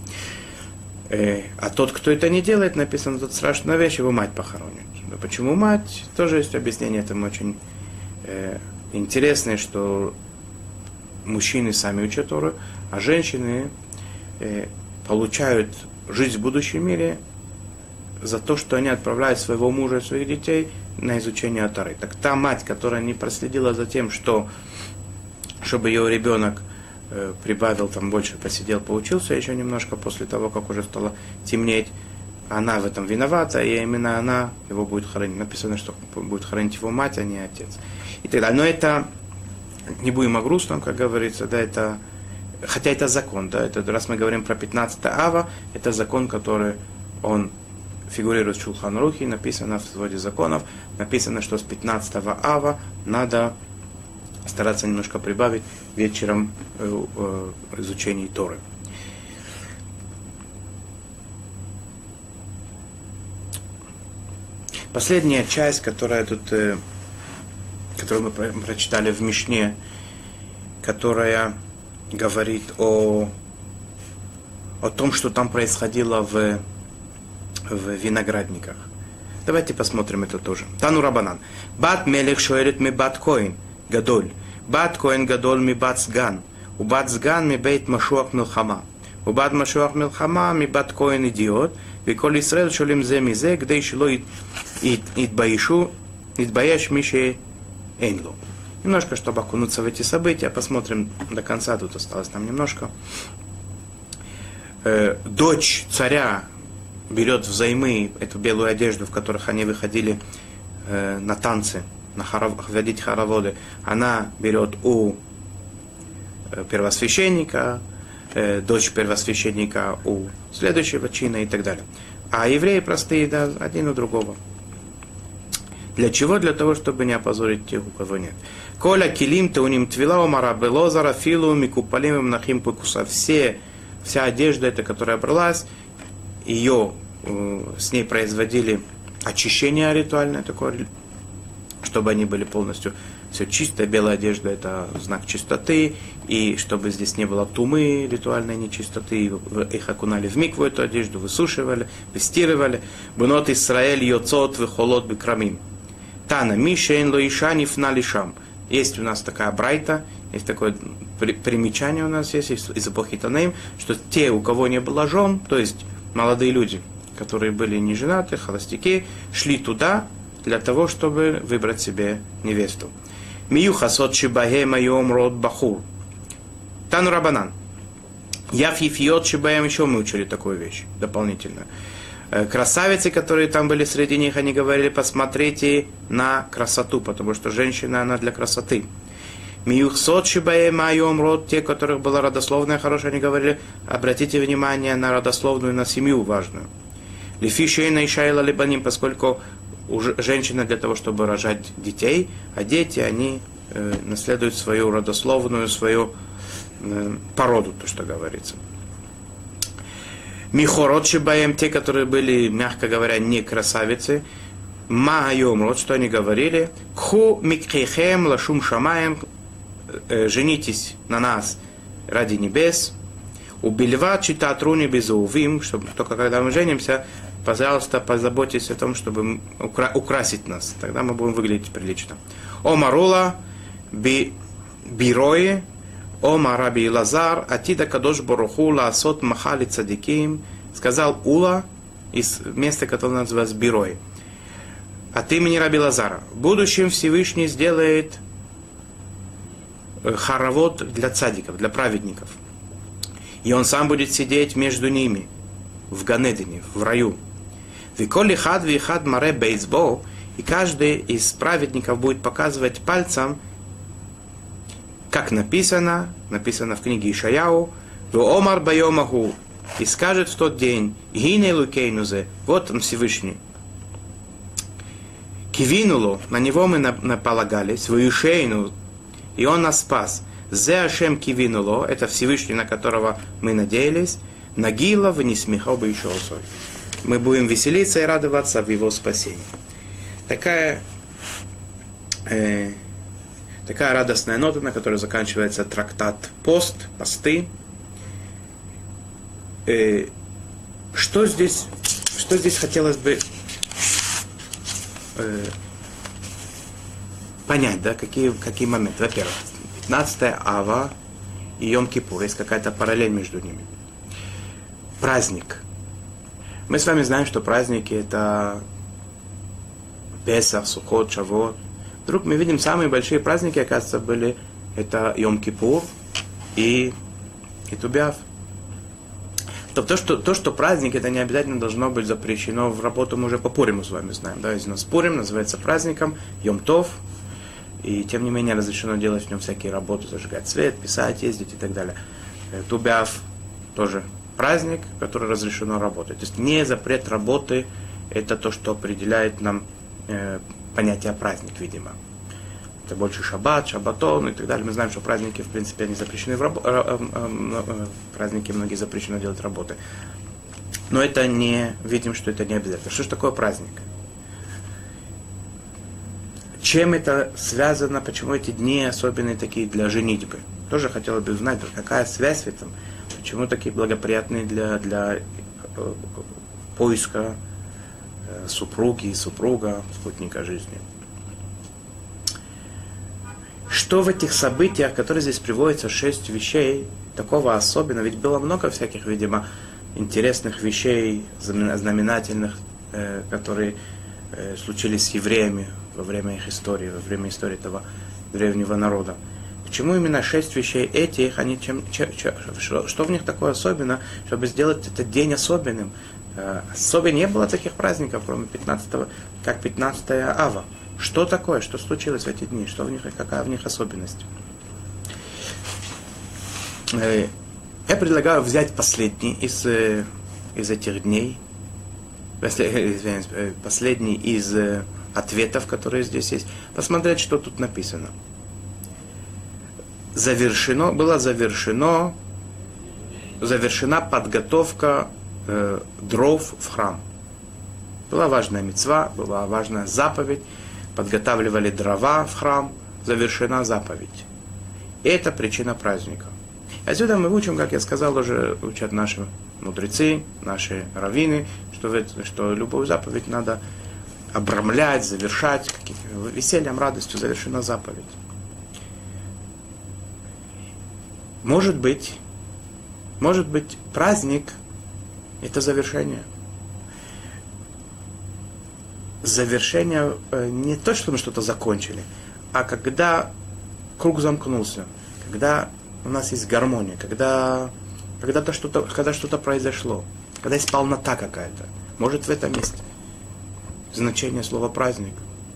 Э, а тот, кто это не делает, написано тут страшная вещь, его мать похоронит. Но почему мать? Тоже есть объяснение этому очень э, интересное, что мужчины сами учат Тору, а женщины э, получают жизнь в будущем мире за то, что они отправляют своего мужа и своих детей на изучение Торы. Так та мать, которая не проследила за тем, что, чтобы ее ребенок э, прибавил, там больше посидел, поучился еще немножко после того, как уже стало темнеть, она в этом виновата, и именно она его будет хоронить. Написано, что будет хоронить его мать, а не отец. И так далее. Но это, не будем о грустном, как говорится, да, это, хотя это закон, да, это, раз мы говорим про пятнадцатое ава, это закон, который, он фигурирует в Шулхан Арухе, написано в своде законов, написано, что с пятнадцатого ава надо стараться немножко прибавить вечером э, э, изучение Торы. Последняя часть, которая тут, э, которую мы про- прочитали в Мишне, которая говорит о, о том, что там происходило в, в виноградниках. Давайте посмотрим это тоже. Тану Рабанан. Бат мелех шоэрет ми бат коин гадоль. Бат коин гадоль ми бат сган. У бат сган ми бейт машуах милхама. У бат машуах милхама ми бат коин идиот. Виколь Исраэль шолим зе ми зе, где шло идбаишу, идбаяш мише эйнло. Немножко, чтобы окунуться в эти события, посмотрим до конца, тут осталось нам немножко. Э, дочь царя берет взаймы эту белую одежду, в которых они выходили э, на танцы, на хоров, водить хороводы. Она берет у э, первосвященника, э, дочь первосвященника у следующего чина и так далее. А евреи простые, да, один у другого. Для чего? Для того, чтобы не опозорить тех, у кого нет. Коля килим теуним твила умара белозара филу микупалим нахим пукуса. Все, вся одежда, эта, которая бралась, ее, э, с ней производили очищение ритуальное такое, чтобы они были полностью все чисто. Белая одежда — это знак чистоты, и чтобы здесь не было тумы, ритуальной нечистоты, их окунали в микву, эту одежду, высушивали, выстирывали. Бунот Исраэль йоцот вехолот бекрамим. Тана мишейн лоиша нифна лишам. Есть у нас такая брайта, есть такое примечание у нас есть из эпохи Танаим, что те, у кого не было жен, то есть молодые люди, которые были не женаты, холостяки, шли туда для того, чтобы выбрать себе невесту. Мию хасот шибахем айом род бахур. Тану Рабанан. Яф ефиот шибаем, еще мы учили такую вещь дополнительно. Красавицы, которые там были среди них, они говорили: посмотрите на красоту, потому что женщина, она для красоты. Миюхсот шибаем айом род, те, у которых была родословная хорошая, они говорили: обратите внимание на родословную, на семью важную. Лифишейна и шайла либаним, поскольку женщина для того, чтобы рожать детей, а дети, они э, наследуют свою родословную, свою э, породу, то, что говорится. Михорот шибаем, те, которые были, мягко говоря, не красавицы. Магайом, вот что они говорили. Кху микхейхем лашум шамаем, женитесь на нас ради небес. Убильва читатруни безоувим, чтобы только когда мы женимся, пожалуйста, позаботьтесь о том, чтобы укра- украсить нас. Тогда мы будем выглядеть прилично. О Марула, би, Бирои, О Мараби Лазар, Атида Кадош Боруху, Лаасот Махали Цадиким, сказал Ула из места, которое называется Бирои. От имени Раби Лазара. В будущем Всевышний сделает хоровод для цадиков, для праведников. И он сам будет сидеть между ними в Ганедине, в раю. Виколи хад вихад маре бейсбол, и каждый из праведников будет показывать пальцем, как написано, написано в книге Ишаяу, в Омар Байомаху, и скажет в тот день, Гине Лукейнузе, вот он Всевышний. Кивинуло, на него мы наполагались, в Ишейну, и он нас спас. Зе Ашем Кивинуло, это Всевышний, на которого мы надеялись, Нагила в Нисмихо бы еще осой. Мы будем веселиться и радоваться в его спасении. Такая, э, такая радостная нота, на которой заканчивается трактат Пост, посты. Э, что здесь, что здесь хотелось бы э, понять, да, какие, какие моменты. Во-первых, пятнадцатое Ава и Йом-Кипур, есть какая-то параллель между ними. Праздник. Мы с вами знаем, что праздники это Песах, Суккот, Шавот. Вдруг мы видим, самые большие праздники, оказывается, были это Йом-Кипур и, и Тубиав. То, то, что, то, что праздник, это не обязательно должно быть запрещено в работу, мы уже по Пуриму с вами знаем. Да? Если у нас Пурим называется праздником, Йом-Тов, и тем не менее разрешено делать в нем всякие работы, зажигать свет, писать, ездить и так далее. Тубиав тоже праздник, который разрешено работать. То есть не запрет работы, это то, что определяет нам э, понятие праздник, видимо. Это больше шаббат, шаббатон и так далее. Мы знаем, что праздники, в принципе, они запрещены в работе. Э, э, э, э, праздники многие запрещено делать работы. Но это не, видим, что это не обязательно. Что же такое праздник? Чем это связано, почему эти дни особенные такие для женитьбы? Тоже хотелось бы узнать, какая связь в этом. Почему такие благоприятные для, для э, поиска э, супруги, супруга, спутника жизни? Что в этих событиях, которые здесь приводятся, шесть вещей, такого особенного? Ведь было много всяких, видимо, интересных вещей, знаменательных, э, которые э, случились с евреями во время их истории, во время истории этого древнего народа. Почему именно шесть вещей этих, они чем, чем, чем, что, что в них такое особенно, чтобы сделать этот день особенным? Особенно не было таких праздников, кроме пятнадцатого, как пятнадцатое Ава. Что такое, что случилось в эти дни, что в них, какая в них особенность? Я предлагаю взять последний из, из этих дней, последний из ответов, которые здесь есть, посмотреть, что тут написано. Завершено, была завершено, завершена подготовка э, дров в храм. Была важная мицва, была важная заповедь, подготавливали дрова в храм, завершена заповедь. И это причина праздника. И отсюда мы учим, как я сказал, уже учат наши мудрецы, наши раввины, что, это, что любую заповедь надо обрамлять, завершать, весельем, радостью завершена заповедь. Может быть, может быть, праздник – это завершение. Завершение не то, что мы что-то закончили, а когда круг замкнулся, когда у нас есть гармония, когда, когда, что-то, когда что-то произошло, когда есть полнота какая-то. Может, в этом есть значение слова «праздник».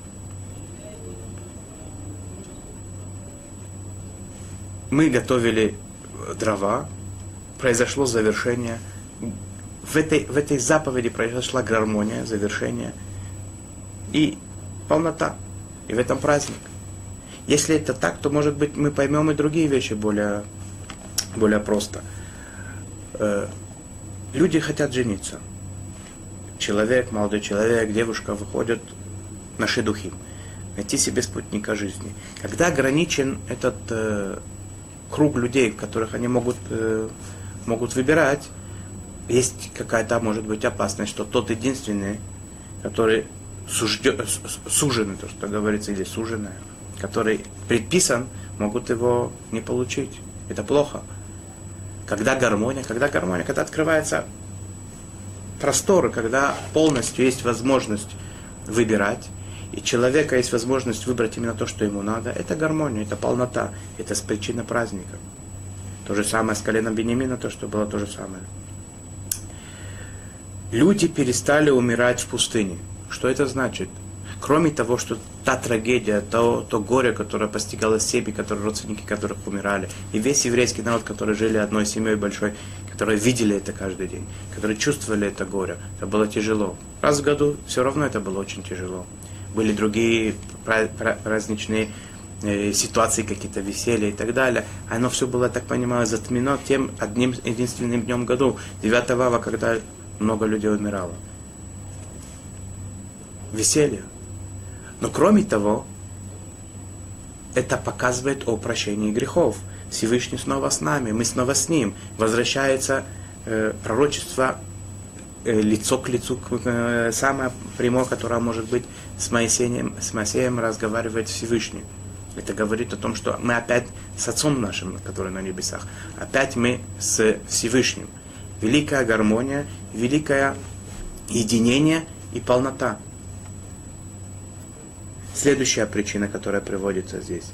Мы готовили дрова, произошло завершение. В этой, в этой заповеди произошла гармония, завершение и полнота. И в этом праздник. Если это так, то, может быть, мы поймем и другие вещи более, более просто. Люди хотят жениться. Человек, молодой человек, девушка выходят на шедухим, найти себе спутника жизни. Когда ограничен этот э, круг людей, которых они могут, э, могут выбирать, есть какая-то, может быть, опасность, что тот единственный, который сужден, суженный, то, что говорится, или суженая, который предписан, могут его не получить. Это плохо. Когда гармония, когда гармония, когда открывается простор, когда полностью есть возможность выбирать, и человека есть возможность выбрать именно то, что ему надо, это гармония, это полнота, это причина праздника. То же самое с коленом Беньямина, то, что было то же самое. Люди перестали умирать в пустыне. Что это значит? Кроме того, что та трагедия, то, то горе, которое постигало семьи, которые, родственники которых умирали, и весь еврейский народ, который жили одной семьей большой, которые видели это каждый день, которые чувствовали это горе, это было тяжело. Раз в году все равно это было очень тяжело. Были другие праздничные э, ситуации, какие-то веселья и так далее. Оно все было, так понимаю, затмено тем одним единственным днем в году, девятого ава, когда много людей умирало. Веселье. Но кроме того, это показывает о прощении грехов. Всевышний снова с нами, мы снова с Ним. Возвращается э, пророчество э, лицо к лицу, э, самое прямое, которое может быть с Моисеем, с Моисеем разговаривает Всевышний. Это говорит о том, что мы опять с Отцом нашим, который на небесах. Опять мы с Всевышним. Великая гармония, великое единение и полнота. Следующая причина, которая приводится здесь.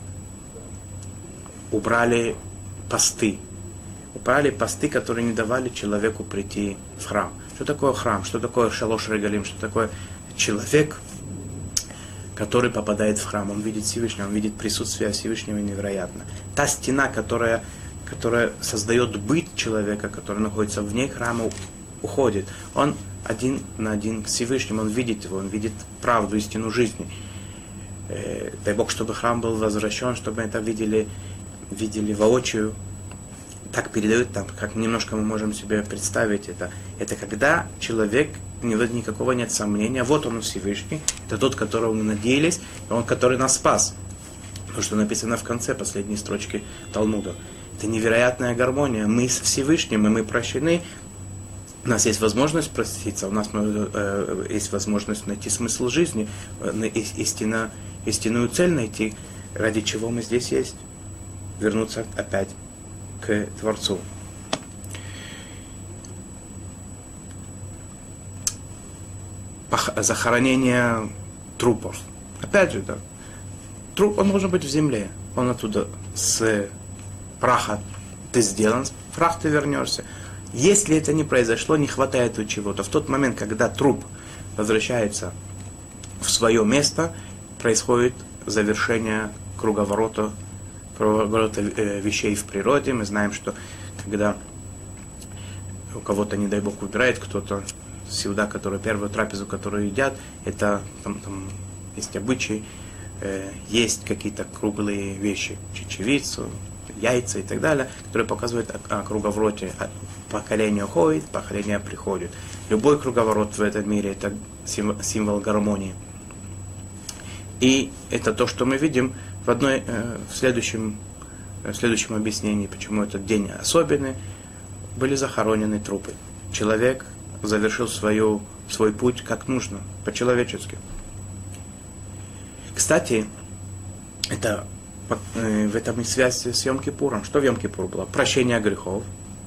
Убрали посты. Убрали посты, которые не давали человеку прийти в храм. Что такое храм? Что такое шалош регалим? Что такое человек, который попадает в храм? Он видит Всевышнего, он видит присутствие Всевышнего невероятно. Та стена, которая, которая создает быт человека, который находится вне храма, уходит. Он один на один с Всевышним, он видит его, он видит правду, истину жизни. Дай Бог, чтобы храм был возвращен, чтобы это видели, видели воочию. Так передают, там, как немножко мы можем себе представить это. Это когда человек, никакого нет сомнения, вот он Всевышний, это тот, которого мы надеялись, и он, который нас спас. То, что написано в конце последней строчки Талмуда. Это невероятная гармония. Мы с Всевышним, и мы прощены. У нас есть возможность проститься, у нас э, есть возможность найти смысл жизни, э, истина, истинную цель найти, ради чего мы здесь есть. Вернуться опять к Творцу. Пох- захоронение трупов. Опять же, да. Труп, он должен быть в земле. Он оттуда с праха ты сделан, в прах ты вернешься. Если это не произошло, не хватает у чего-то. В тот момент, когда труп возвращается в свое место, происходит завершение круговорота, круговорота вещей в природе. Мы знаем, что когда у кого-то, не дай Бог, убирает кто-то сюда, который первую трапезу, которую едят, это там, там есть обычаи, э, есть какие-то круглые вещи, чечевицу, яйца и так далее, которые показывают о, о круговороте. Поколение уходит, поколение приходит. Любой круговорот в этом мире это символ, символ гармонии. И это то, что мы видим в, одной, э, в, следующем, в следующем объяснении, почему этот день особенный. Были захоронены трупы. Человек завершил свою, свой путь как нужно, по-человечески. Кстати, это, э, в этом и связь с Йом-Кипуром. Что в Йом-Кипур было? Прощение грехов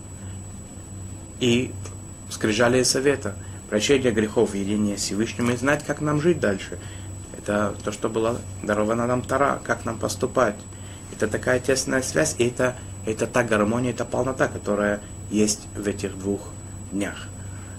и скрижали совета. Прощение грехов, единение с Всевышним и знать, как нам жить дальше. Это то, что было даровано нам Тора, как нам поступать. Это такая тесная связь, и это, это та гармония, та полнота, которая есть в этих двух днях.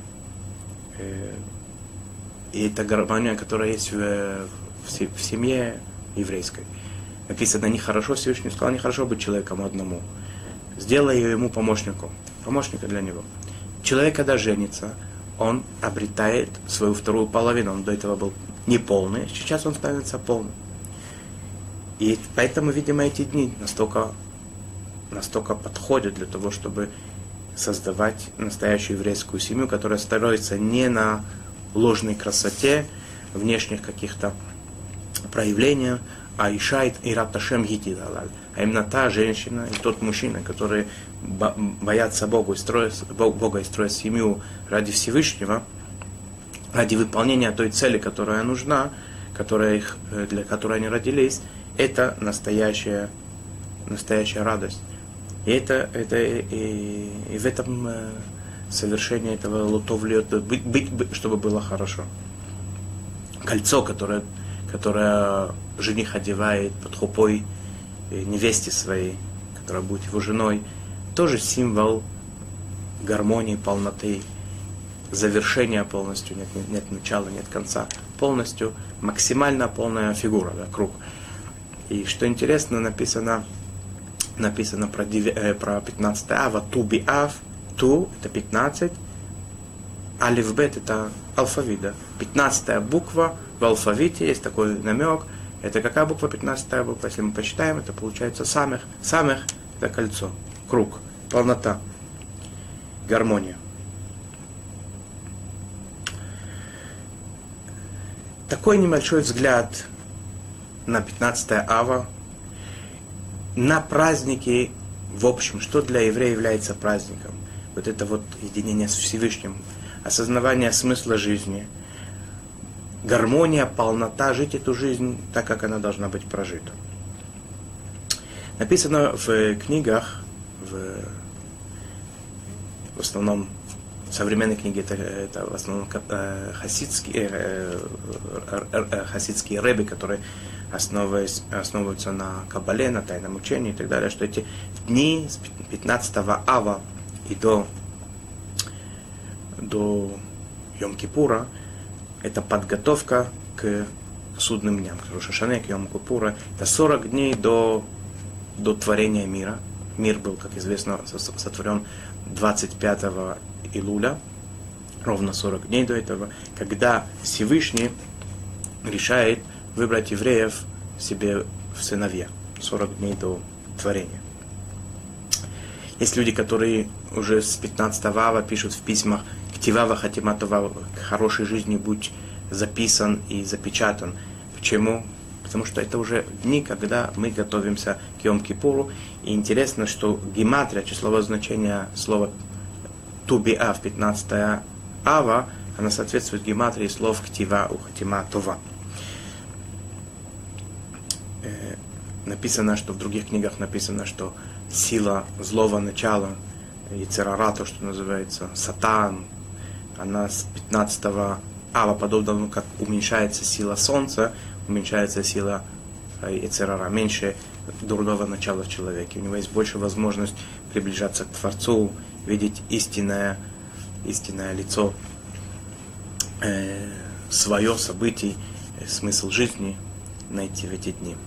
И это гармония, которая есть в, в семье еврейской. Написано, нехорошо, Всевышний сказал, нехорошо быть человеком одному. Сделай ему помощником, помощника для него. Человек, когда женится, он обретает свою вторую половину. Он до этого был неполный, сейчас он становится полным. И поэтому, видимо, эти дни настолько, настолько подходят для того, чтобы создавать настоящую еврейскую семью, которая строится не на ложной красоте, внешних каких-то проявлениях, а ишайт и раташем гитидалаль. А именно та женщина и тот мужчина, которые боятся Бога и строят, Бога и строят семью ради Всевышнего, ради выполнения той цели, которая нужна, которая их, для которой они родились, это настоящая, настоящая радость. И это, это и, и в этом совершении этого лутовлет, быть, быть, чтобы было хорошо. Кольцо, которое, которое жених одевает под хупой невесте своей, которая будет его женой, тоже символ гармонии, полноты, завершения полностью, нет, нет, нет начала, нет конца, полностью, максимально полная фигура, да, круг. И что интересно, написано, написано про, э, про пятнадцатое ава, ту би ав, ту это пятнадцать, алиф бет это алфавит, да. пятнадцатая буква в алфавите, есть такой намек, это какая буква, пятнадцатая буква, если мы посчитаем, это получается самых, самых это кольцо, круг, полнота, гармония. Такой небольшой взгляд на пятнадцатое ава, на праздники в общем, что для еврея является праздником. Вот это вот единение с Всевышним, осознавание смысла жизни, гармония, полнота, жить эту жизнь так, как она должна быть прожита. Написано в книгах, в, в основном современные книги, это, это в основном э, хасидские, э, э, э, хасидские рэбби, которые основываются на кабале, на тайном учении и так далее, что эти дни с пятнадцатого ава и до, до Йом-Кипура это подготовка к судным дням, к Рош ха-Шане, к Йом-Кипура. Это сорок дней до, до творения мира. Мир был, как известно, сотворен двадцать пятого Илуля, ровно сорок дней до этого, когда Всевышний решает выбрать евреев себе в сыновья, сорок дней до творения. Есть люди, которые уже с пятнадцатого ава пишут в письмах «Ктивава хатиматова», к хорошей жизни будь записан и запечатан. Почему? Потому что это уже дни, когда мы готовимся к Йом-Кипуру. И интересно, что гематрия, числовое значение слова «ту-би-ав», пятнадцатое ава, она соответствует гематрии слов «ктива» у хатиматова. Написано, что в других книгах написано, что сила злого начала, йецер ара, то, что называется, сатан, она с пятнадцатого ава, подобно как уменьшается сила солнца, уменьшается сила йецер ара, меньше дурного начала в человеке. У него есть больше возможность приближаться к Творцу, видеть истинное, истинное лицо, э, свое событие, э, смысл жизни найти в эти дни.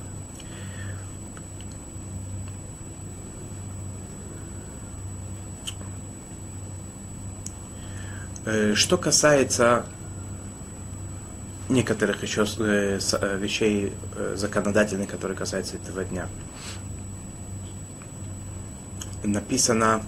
Что касается некоторых еще вещей законодательных, которые касаются этого дня. Написано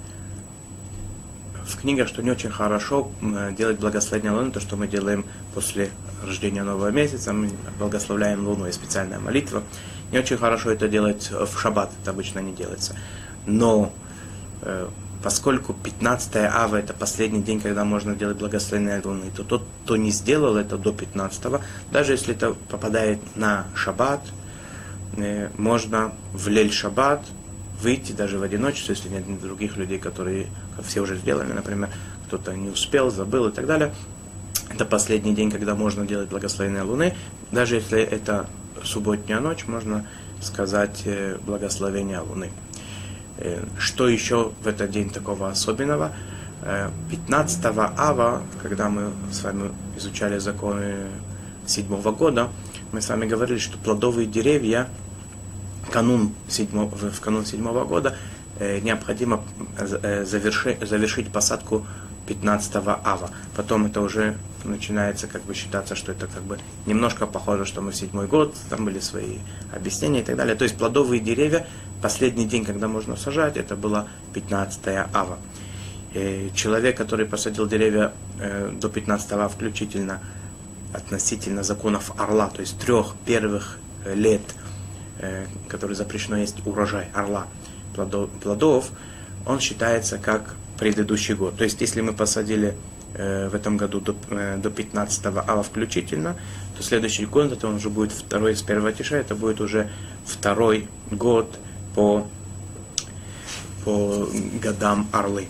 в книгах, что не очень хорошо делать благословение Луны, то, что мы делаем после рождения нового месяца, мы благословляем Луну, и специальная молитва. Не очень хорошо это делать в шаббат, это обычно не делается. Но поскольку пятнадцатое ава это последний день, когда можно делать благословение Луны, то тот, кто не сделал это до пятнадцатого, даже если это попадает на шаббат, можно в лель-шаббат выйти даже в одиночестве, если нет других людей, которые, как все уже сделали, например, кто-то не успел, забыл и так далее. Это последний день, когда можно делать благословение Луны. Даже если это субботняя ночь, можно сказать благословение Луны. Что еще в этот день такого особенного? пятнадцатого ава, когда мы с вами изучали законы седьмого года, мы с вами говорили, что плодовые деревья канун седьмого, в канун седьмого года необходимо завершить, завершить посадку пятнадцатого ава. Потом это уже начинается как бы считаться, что это как бы немножко похоже, что мы в седьмой год, там были свои объяснения и так далее. То есть плодовые деревья, последний день, когда можно сажать, это было пятнадцатое ава. И человек, который посадил деревья э, до пятнадцатого включительно, относительно законов орла, то есть трех первых лет, э, которые запрещено есть урожай орла, плодов, плодов, он считается как предыдущий год. То есть, если мы посадили э, в этом году до, э, до пятнадцатого ава включительно, то следующий год, это он уже будет второй с первого тиша, это будет уже второй год по, по годам орлы.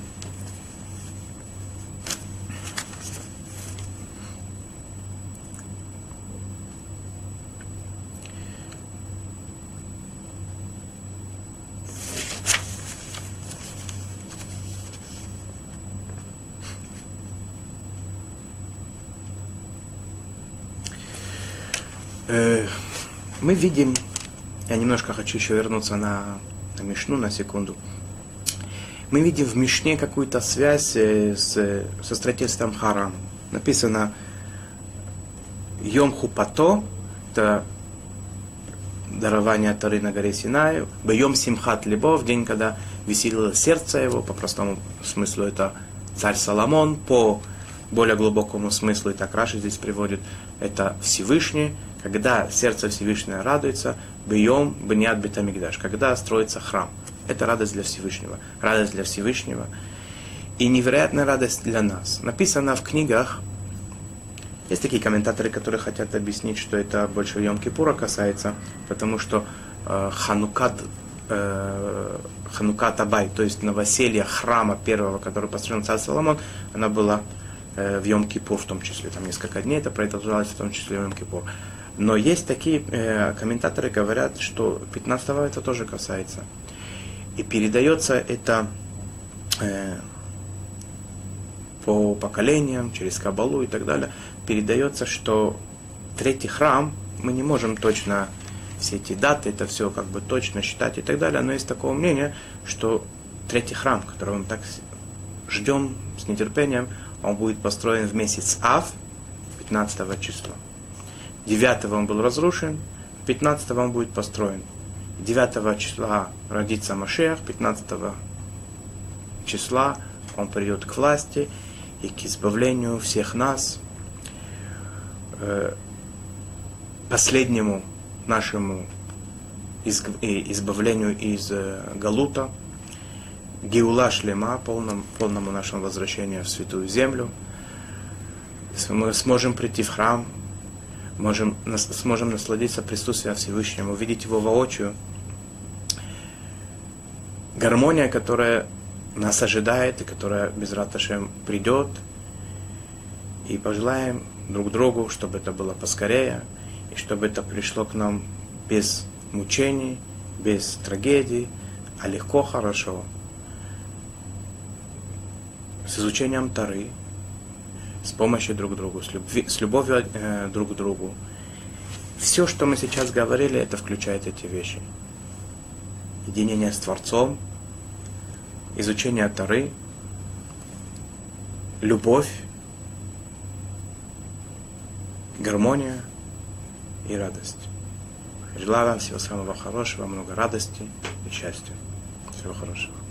Мы видим, я немножко хочу еще вернуться на, на Мишну на секунду. Мы видим в Мишне какую-то связь с, со строительством храма. Написано Йом Хупато, это дарование Торы на горе Синай, Бьем Симхат Либо, в день, когда веселило сердце его, по простому смыслу это царь Соломон, по более глубокому смыслу, и так Раши здесь приводит, это Всевышний, когда сердце Всевышнего радуется, бьем бнят бетамикдаш, когда строится храм. Это радость для Всевышнего. Радость для Всевышнего. И невероятная радость для нас. Написано в книгах, есть такие комментаторы, которые хотят объяснить, что это больше Йом-Кипура касается, потому что э, Ханукат, э, Ханукат Абай, то есть новоселье храма первого, который построил царь Соломон, она была э, в Йом-Кипур в том числе. Там несколько дней это продолжалось, в том числе в Йом-Кипур. Но есть такие э, комментаторы, говорят, что пятнадцатого это тоже касается. И передается это э, по поколениям, через Кабалу и так далее. Передается, что третий храм, мы не можем точно все эти даты, это все как бы точно считать и так далее, но есть такое мнение, что третий храм, которого мы так ждем с нетерпением, он будет построен в месяц Ав, пятнадцатого числа. девятого он был разрушен, пятнадцатого он будет построен. девятого числа родится Машиах, пятнадцатого числа он придет к власти и к избавлению всех нас, последнему нашему избавлению из Галута, Геула Шлема, полному, полному нашему возвращению в Святую Землю. Мы сможем прийти в храм, Можем, сможем насладиться присутствием Всевышнего, увидеть Его воочию. Гармония, которая нас ожидает и которая без раташем придет. И пожелаем друг другу, чтобы это было поскорее, и чтобы это пришло к нам без мучений, без трагедий, а легко, хорошо. С изучением Торы, с помощью друг другу, с, любви, с любовью э, друг к другу. Все, что мы сейчас говорили, это включает эти вещи. Единение с Творцом, изучение Торы, любовь, гармония и радость. Желаю вам всего самого хорошего, много радости и счастья. Всего хорошего.